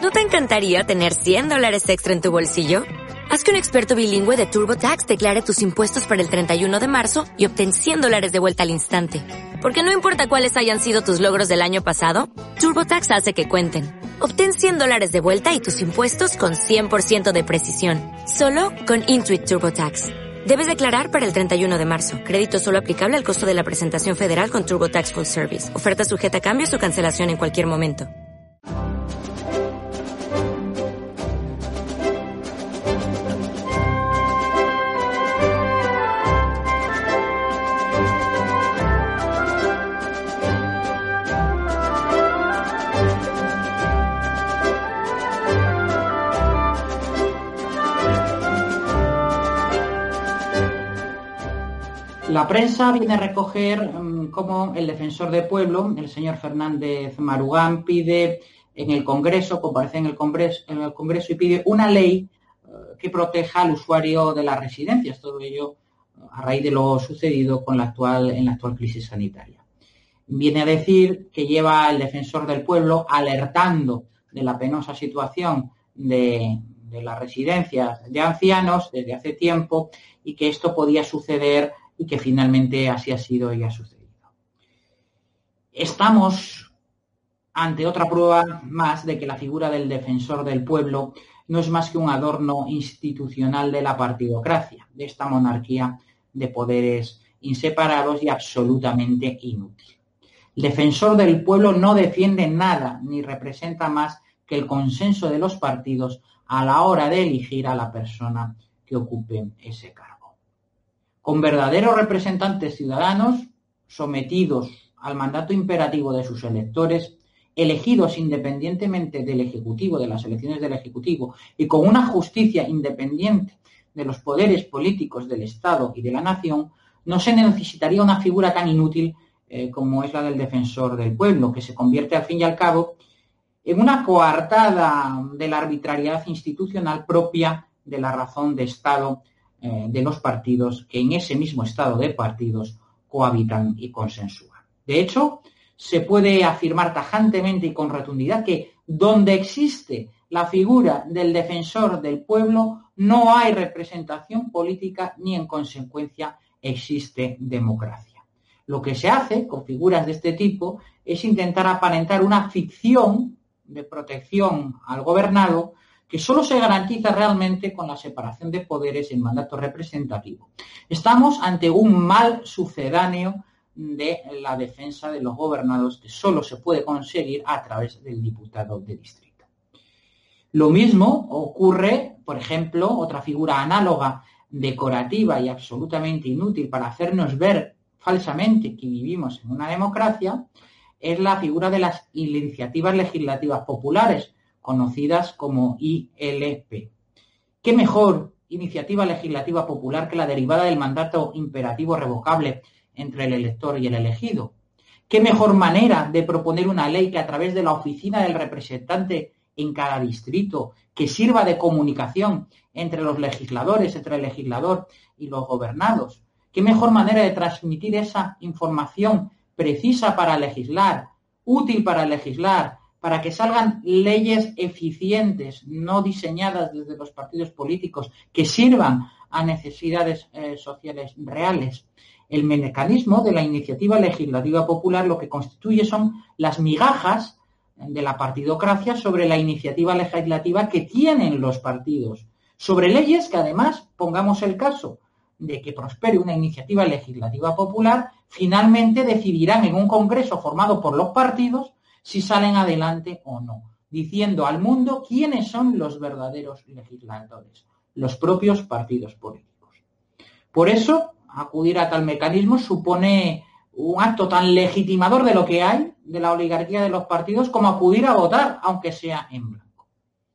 ¿No te encantaría tener $100 extra en tu bolsillo? Haz que un experto bilingüe de TurboTax declare tus impuestos para el 31 de marzo y obtén $100 de vuelta al instante. Porque no importa cuáles hayan sido tus logros del año pasado, TurboTax hace que cuenten. Obtén $100 de vuelta y tus impuestos con 100% de precisión. Solo con Intuit TurboTax. Debes declarar para el 31 de marzo. Crédito solo aplicable al costo de la presentación federal con TurboTax Full Service. Oferta sujeta a cambios o cancelación en cualquier momento. La prensa viene a recoger cómo el defensor del pueblo, el señor Fernández Marugán, pide en el Congreso, comparece en el Congreso y pide una ley que proteja al usuario de las residencias. Todo ello a raíz de lo sucedido en la actual crisis sanitaria. Viene a decir que lleva el defensor del pueblo alertando de la penosa situación de las residencias de ancianos desde hace tiempo y que esto podía suceder y que finalmente así ha sido y ha sucedido. Estamos ante otra prueba más de que la figura del defensor del pueblo no es más que un adorno institucional de la partidocracia, de esta monarquía de poderes inseparados y absolutamente inútil. El defensor del pueblo no defiende nada ni representa más que el consenso de los partidos a la hora de elegir a la persona que ocupe ese cargo. Con verdaderos representantes ciudadanos, sometidos al mandato imperativo de sus electores, elegidos independientemente del Ejecutivo, de las elecciones del Ejecutivo, y con una justicia independiente de los poderes políticos del Estado y de la nación, no se necesitaría una figura tan inútil como es la del defensor del pueblo, que se convierte al fin y al cabo en una coartada de la arbitrariedad institucional propia de la razón de Estado de los partidos que en ese mismo estado de partidos cohabitan y consensúan. De hecho, se puede afirmar tajantemente y con rotundidad que donde existe la figura del defensor del pueblo no hay representación política ni en consecuencia existe democracia. Lo que se hace con figuras de este tipo es intentar aparentar una ficción de protección al gobernado que solo se garantiza realmente con la separación de poderes y el mandato representativo. Estamos ante un mal sucedáneo de la defensa de los gobernados que solo se puede conseguir a través del diputado de distrito. Lo mismo ocurre, por ejemplo, otra figura análoga, decorativa y absolutamente inútil para hacernos ver falsamente que vivimos en una democracia, es la figura de las iniciativas legislativas populares, conocidas como ILP. ¿Qué mejor iniciativa legislativa popular que la derivada del mandato imperativo revocable entre el elector y el elegido? ¿Qué mejor manera de proponer una ley que a través de la oficina del representante en cada distrito, que sirva de comunicación entre los legisladores, entre el legislador y los gobernados? ¿Qué mejor manera de transmitir esa información precisa para legislar, útil para legislar, para que salgan leyes eficientes, no diseñadas desde los partidos políticos, que sirvan a necesidades sociales reales? El mecanismo de la iniciativa legislativa popular lo que constituye son las migajas de la partidocracia sobre la iniciativa legislativa que tienen los partidos, sobre leyes que además, pongamos el caso de que prospere una iniciativa legislativa popular, finalmente decidirán en un congreso formado por los partidos si salen adelante o no, diciendo al mundo quiénes son los verdaderos legisladores, los propios partidos políticos. Por eso, acudir a tal mecanismo supone un acto tan legitimador de lo que hay, de la oligarquía de los partidos, como acudir a votar, aunque sea en blanco.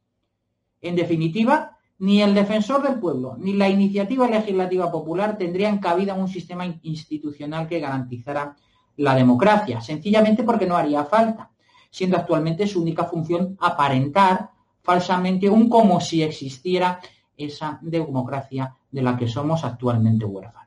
En definitiva, ni el defensor del pueblo ni la iniciativa legislativa popular tendrían cabida en un sistema institucional que garantizara la democracia, sencillamente porque no haría falta, siendo actualmente su única función aparentar falsamente como si existiera esa democracia de la que somos actualmente huérfanos.